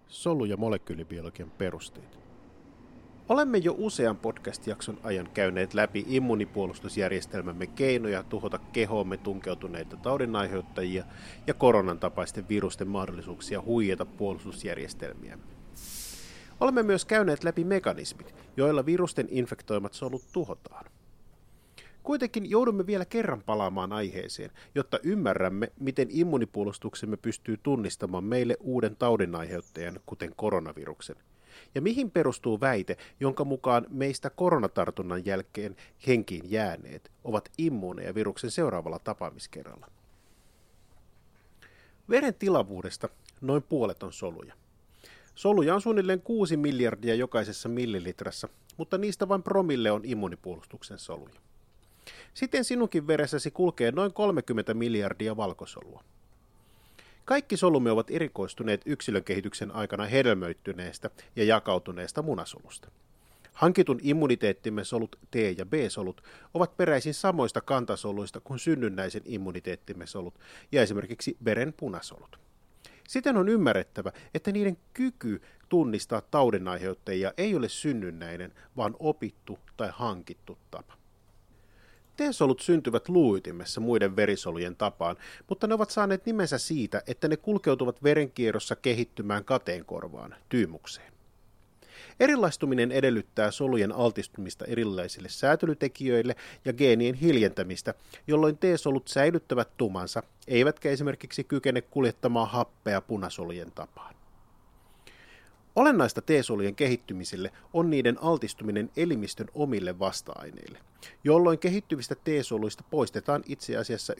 Solu- ja molekyylibiologian perusteet. Olemme jo usean podcast-jakson ajan käyneet läpi immunipuolustusjärjestelmämme keinoja tuhota kehoomme tunkeutuneita taudinaiheuttajia ja koronan tapaisten virusten mahdollisuuksia huijata puolustusjärjestelmiämme. Olemme myös käyneet läpi mekanismit, joilla virusten infektoimat solut tuhotaan. Kuitenkin joudumme vielä kerran palaamaan aiheeseen, jotta ymmärrämme, miten immunipuolustuksemme pystyy tunnistamaan meille uuden taudinaiheuttajan, kuten koronaviruksen. Ja mihin perustuu väite, jonka mukaan meistä koronatartunnan jälkeen henkiin jääneet ovat immuuneja viruksen seuraavalla tapaamiskerralla. Veren tilavuudesta noin puolet on soluja. Soluja on suunnilleen 6 miljardia jokaisessa millilitrassa, mutta niistä vain promille on immunipuolustuksen soluja. Siten sinunkin veressäsi kulkee noin 30 miljardia valkosolua. Kaikki solumme ovat erikoistuneet yksilön kehityksen aikana hedelmöittyneestä ja jakautuneesta munasolusta. Hankitun immuniteettimme solut T- ja B-solut ovat peräisin samoista kantasoluista kuin synnynnäisen immuniteettimme solut ja esimerkiksi veren punasolut. Siten on ymmärrettävä, että niiden kyky tunnistaa taudinaiheuttajia ei ole synnynnäinen, vaan opittu tai hankittu tapa. T-solut syntyvät luuytimessä muiden verisolujen tapaan, mutta ne ovat saaneet nimensä siitä, että ne kulkeutuvat verenkierrossa kehittymään kateenkorvaan, tyymukseen. Erilaistuminen edellyttää solujen altistumista erilaisille säätelytekijöille ja geenien hiljentämistä, jolloin T-solut säilyttävät tumansa, eivätkä esimerkiksi kykene kuljettamaan happea punasolujen tapaan. Olennaista T-solujen kehittymiselle on niiden altistuminen elimistön omille vasta-aineille, jolloin kehittyvistä T-soluista poistetaan itse asiassa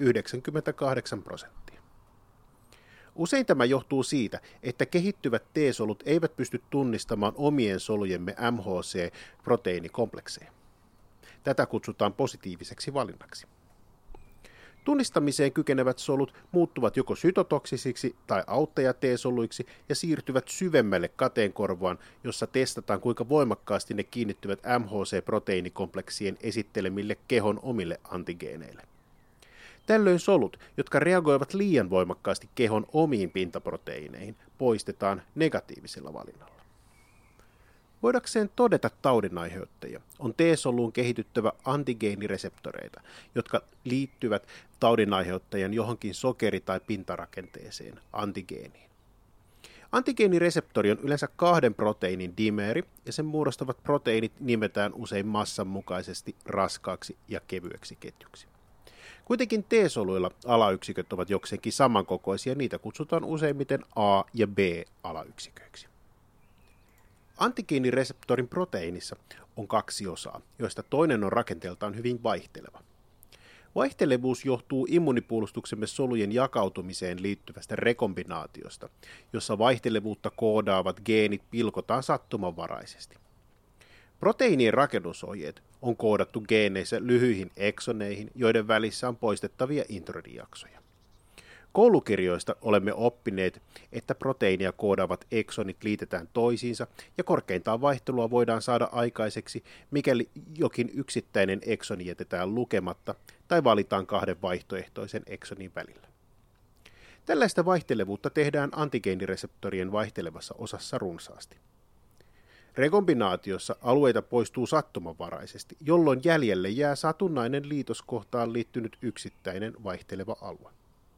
98%. Usein tämä johtuu siitä, että kehittyvät T-solut eivät pysty tunnistamaan omien solujemme MHC-proteiinikomplekseja. Tätä kutsutaan positiiviseksi valinnaksi. Tunnistamiseen kykenevät solut muuttuvat joko sytotoksisiksi tai auttaja-T-soluiksi ja siirtyvät syvemmälle kateenkorvaan, jossa testataan kuinka voimakkaasti ne kiinnittyvät MHC-proteiinikompleksien esittelemille kehon omille antigeeneille. Tällöin solut, jotka reagoivat liian voimakkaasti kehon omiin pintaproteiineihin, poistetaan negatiivisella valinnalla. Voidakseen todeta taudinaiheuttajia on T-soluun kehityttävä antigeenireseptoreita, jotka liittyvät taudinaiheuttajan johonkin sokeri- tai pintarakenteeseen, antigeeniin. Antigeenireseptori on yleensä 2 proteiinin dimeeri, ja sen muodostavat proteiinit nimetään usein massan mukaisesti raskaaksi ja kevyeksi ketjuksi. Kuitenkin T-soluilla alayksiköt ovat jokseenkin samankokoisia, niitä kutsutaan useimmiten A- ja B-alayksiköiksi. Antigeenireseptorin proteiinissa on 2 osaa, joista toinen on rakenteeltaan hyvin vaihteleva. Vaihtelevuus johtuu immunipuolustuksemme solujen jakautumiseen liittyvästä rekombinaatiosta, jossa vaihtelevuutta koodaavat geenit pilkotaan sattumanvaraisesti. Proteiinien rakennusohjeet on koodattu geeneissä lyhyihin eksoneihin, joiden välissä on poistettavia introdiaksoja. Koulukirjoista olemme oppineet, että proteiinia koodaavat eksonit liitetään toisiinsa ja korkeintaan vaihtelua voidaan saada aikaiseksi, mikäli jokin yksittäinen eksoni jätetään lukematta tai valitaan 2 vaihtoehtoisen eksonin välillä. Tällaista vaihtelevuutta tehdään antigeenireseptorien vaihtelevassa osassa runsaasti. Rekombinaatiossa alueita poistuu sattumanvaraisesti, jolloin jäljelle jää satunnainen liitoskohtaan liittynyt yksittäinen vaihteleva alue.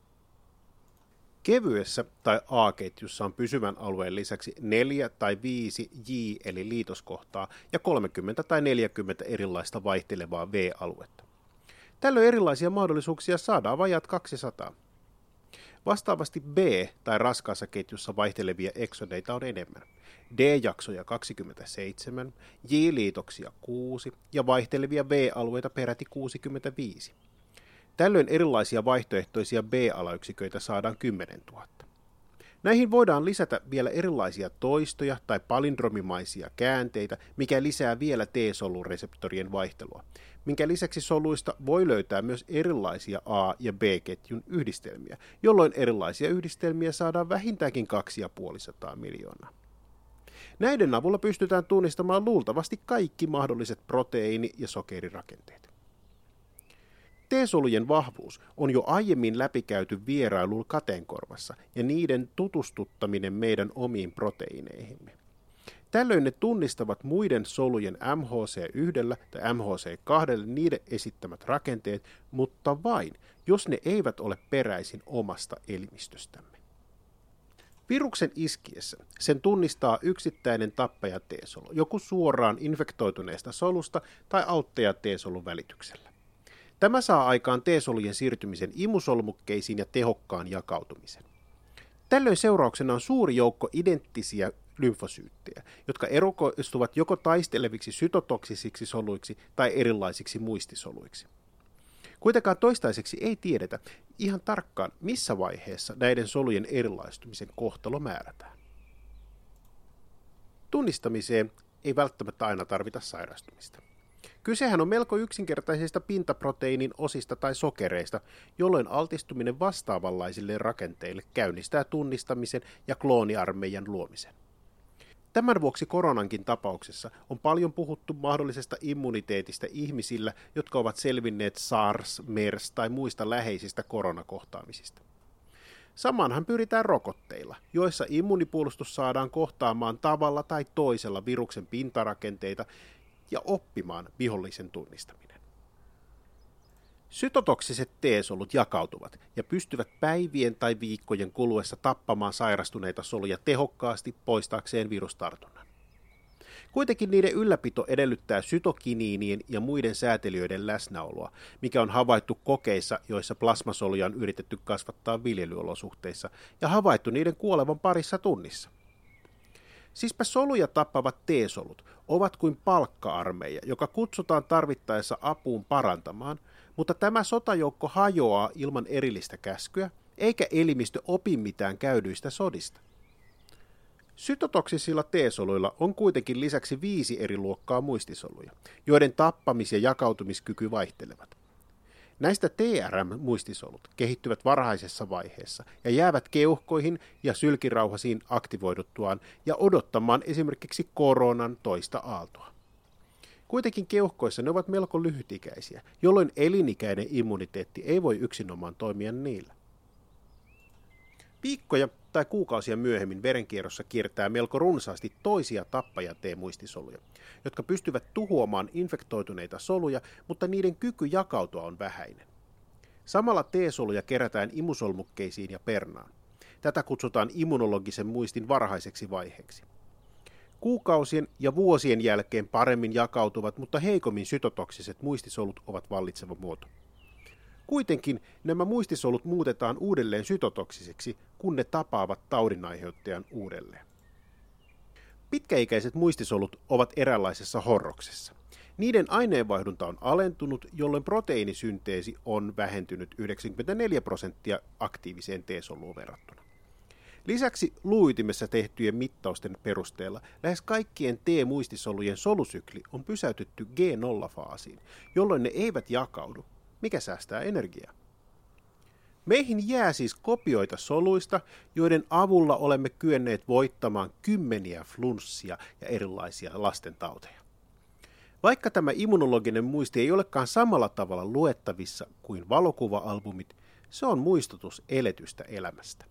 Kevyessä tai A-ketjussa on pysyvän alueen lisäksi 4 tai 5 J eli liitoskohtaa ja 30 tai 40 erilaista vaihtelevaa V-aluetta. Tällöin erilaisia mahdollisuuksia saadaan vajaat 200. Vastaavasti B- tai raskaassa ketjussa vaihtelevia eksoneita on enemmän. D-jaksoja 27, J-liitoksia 6 ja vaihtelevia V-alueita peräti 65. Tällöin erilaisia vaihtoehtoisia B-alayksiköitä saadaan 10 000. Näihin voidaan lisätä vielä erilaisia toistoja tai palindromimaisia käänteitä, mikä lisää vielä T-solureseptorien vaihtelua, minkä lisäksi soluista voi löytää myös erilaisia A- ja B-ketjun yhdistelmiä, jolloin erilaisia yhdistelmiä saadaan vähintäänkin 250 miljoonaa. Näiden avulla pystytään tunnistamaan luultavasti kaikki mahdolliset proteiini- ja sokerirakenteet. T-solujen vahvuus on jo aiemmin läpikäyty vierailulla kateenkorvassa ja niiden tutustuttaminen meidän omiin proteiineihimme. Tällöin ne tunnistavat muiden solujen MHC1 tai MHC2 niiden esittämät rakenteet, mutta vain, jos ne eivät ole peräisin omasta elimistöstämme. Viruksen iskiessä sen tunnistaa yksittäinen tappaja T-solu, joku suoraan infektoituneesta solusta tai auttaja T-solun välityksellä. Tämä saa aikaan T-solujen siirtymisen imusolmukkeisiin ja tehokkaan jakautumisen. Tällöin seurauksena on suuri joukko identtisiä lymfosyyttejä, jotka erikoistuvat joko taisteleviksi sytotoksisiksi soluiksi tai erilaisiksi muistisoluiksi. Kuitenkaan toistaiseksi ei tiedetä ihan tarkkaan, missä vaiheessa näiden solujen erilaistumisen kohtalo määrätään. Tunnistamiseen ei välttämättä aina tarvita sairastumista. Kysehän on melko yksinkertaisista pintaproteiinin osista tai sokereista, jolloin altistuminen vastaavanlaisille rakenteille käynnistää tunnistamisen ja klooniarmeijan luomisen. Tämän vuoksi koronankin tapauksessa on paljon puhuttu mahdollisesta immuniteetista ihmisillä, jotka ovat selvinneet SARS, MERS tai muista läheisistä koronakohtaamisista. Samaanhan pyritään rokotteilla, joissa immunipuolustus saadaan kohtaamaan tavalla tai toisella viruksen pintarakenteita ja oppimaan vihollisen tunnistaminen. Sytotoksiset T-solut jakautuvat ja pystyvät päivien tai viikkojen kuluessa tappamaan sairastuneita soluja tehokkaasti poistaakseen virustartunnan. Kuitenkin niiden ylläpito edellyttää sytokiniinien ja muiden säätelijöiden läsnäoloa, mikä on havaittu kokeissa, joissa plasmasoluja on yritetty kasvattaa viljelyolosuhteissa ja havaittu niiden kuolevan parissa tunnissa. Siispä soluja tappavat T-solut ovat kuin palkka-armeija, joka kutsutaan tarvittaessa apuun parantamaan, mutta tämä sotajoukko hajoaa ilman erillistä käskyä, eikä elimistö opi mitään käydyistä sodista. Sytotoksisilla T-soluilla on kuitenkin lisäksi 5 eri luokkaa muistisoluja, joiden tappamis- ja jakautumiskyky vaihtelevat. Näistä TRM-muistisolut kehittyvät varhaisessa vaiheessa ja jäävät keuhkoihin ja sylkirauhasiin aktivoiduttuaan ja odottamaan esimerkiksi koronan toista aaltoa. Kuitenkin keuhkoissa ne ovat melko lyhytikäisiä, jolloin elinikäinen immuniteetti ei voi yksinomaan toimia niillä. Viikkoja tai kuukausia myöhemmin verenkierrossa kiertää melko runsaasti toisia tappaja-T-muistisoluja, jotka pystyvät tuhoamaan infektoituneita soluja, mutta niiden kyky jakautua on vähäinen. Samalla T-soluja kerätään imusolmukkeisiin ja pernaan. Tätä kutsutaan immunologisen muistin varhaiseksi vaiheeksi. Kuukausien ja vuosien jälkeen paremmin jakautuvat, mutta heikommin sytotoksiset muistisolut ovat vallitseva muoto. Kuitenkin nämä muistisolut muutetaan uudelleen sytotoksisiksi, kun ne tapaavat taudinaiheuttajan uudelleen. Pitkäikäiset muistisolut ovat eräänlaisessa horroksessa. Niiden aineenvaihdunta on alentunut, jolloin proteiinisynteesi on vähentynyt 94% aktiiviseen T-soluun verrattuna. Lisäksi luuytimessä tehtyjen mittausten perusteella lähes kaikkien T-muistisolujen solusykli on pysäytetty G0-faasiin, jolloin ne eivät jakaudu, mikä säästää energiaa. Meihin jää siis kopioita soluista, joiden avulla olemme kyenneet voittamaan kymmeniä flunssia ja erilaisia lastentauteja. Vaikka tämä immunologinen muisti ei olekaan samalla tavalla luettavissa kuin valokuva-albumit, se on muistutus eletystä elämästä.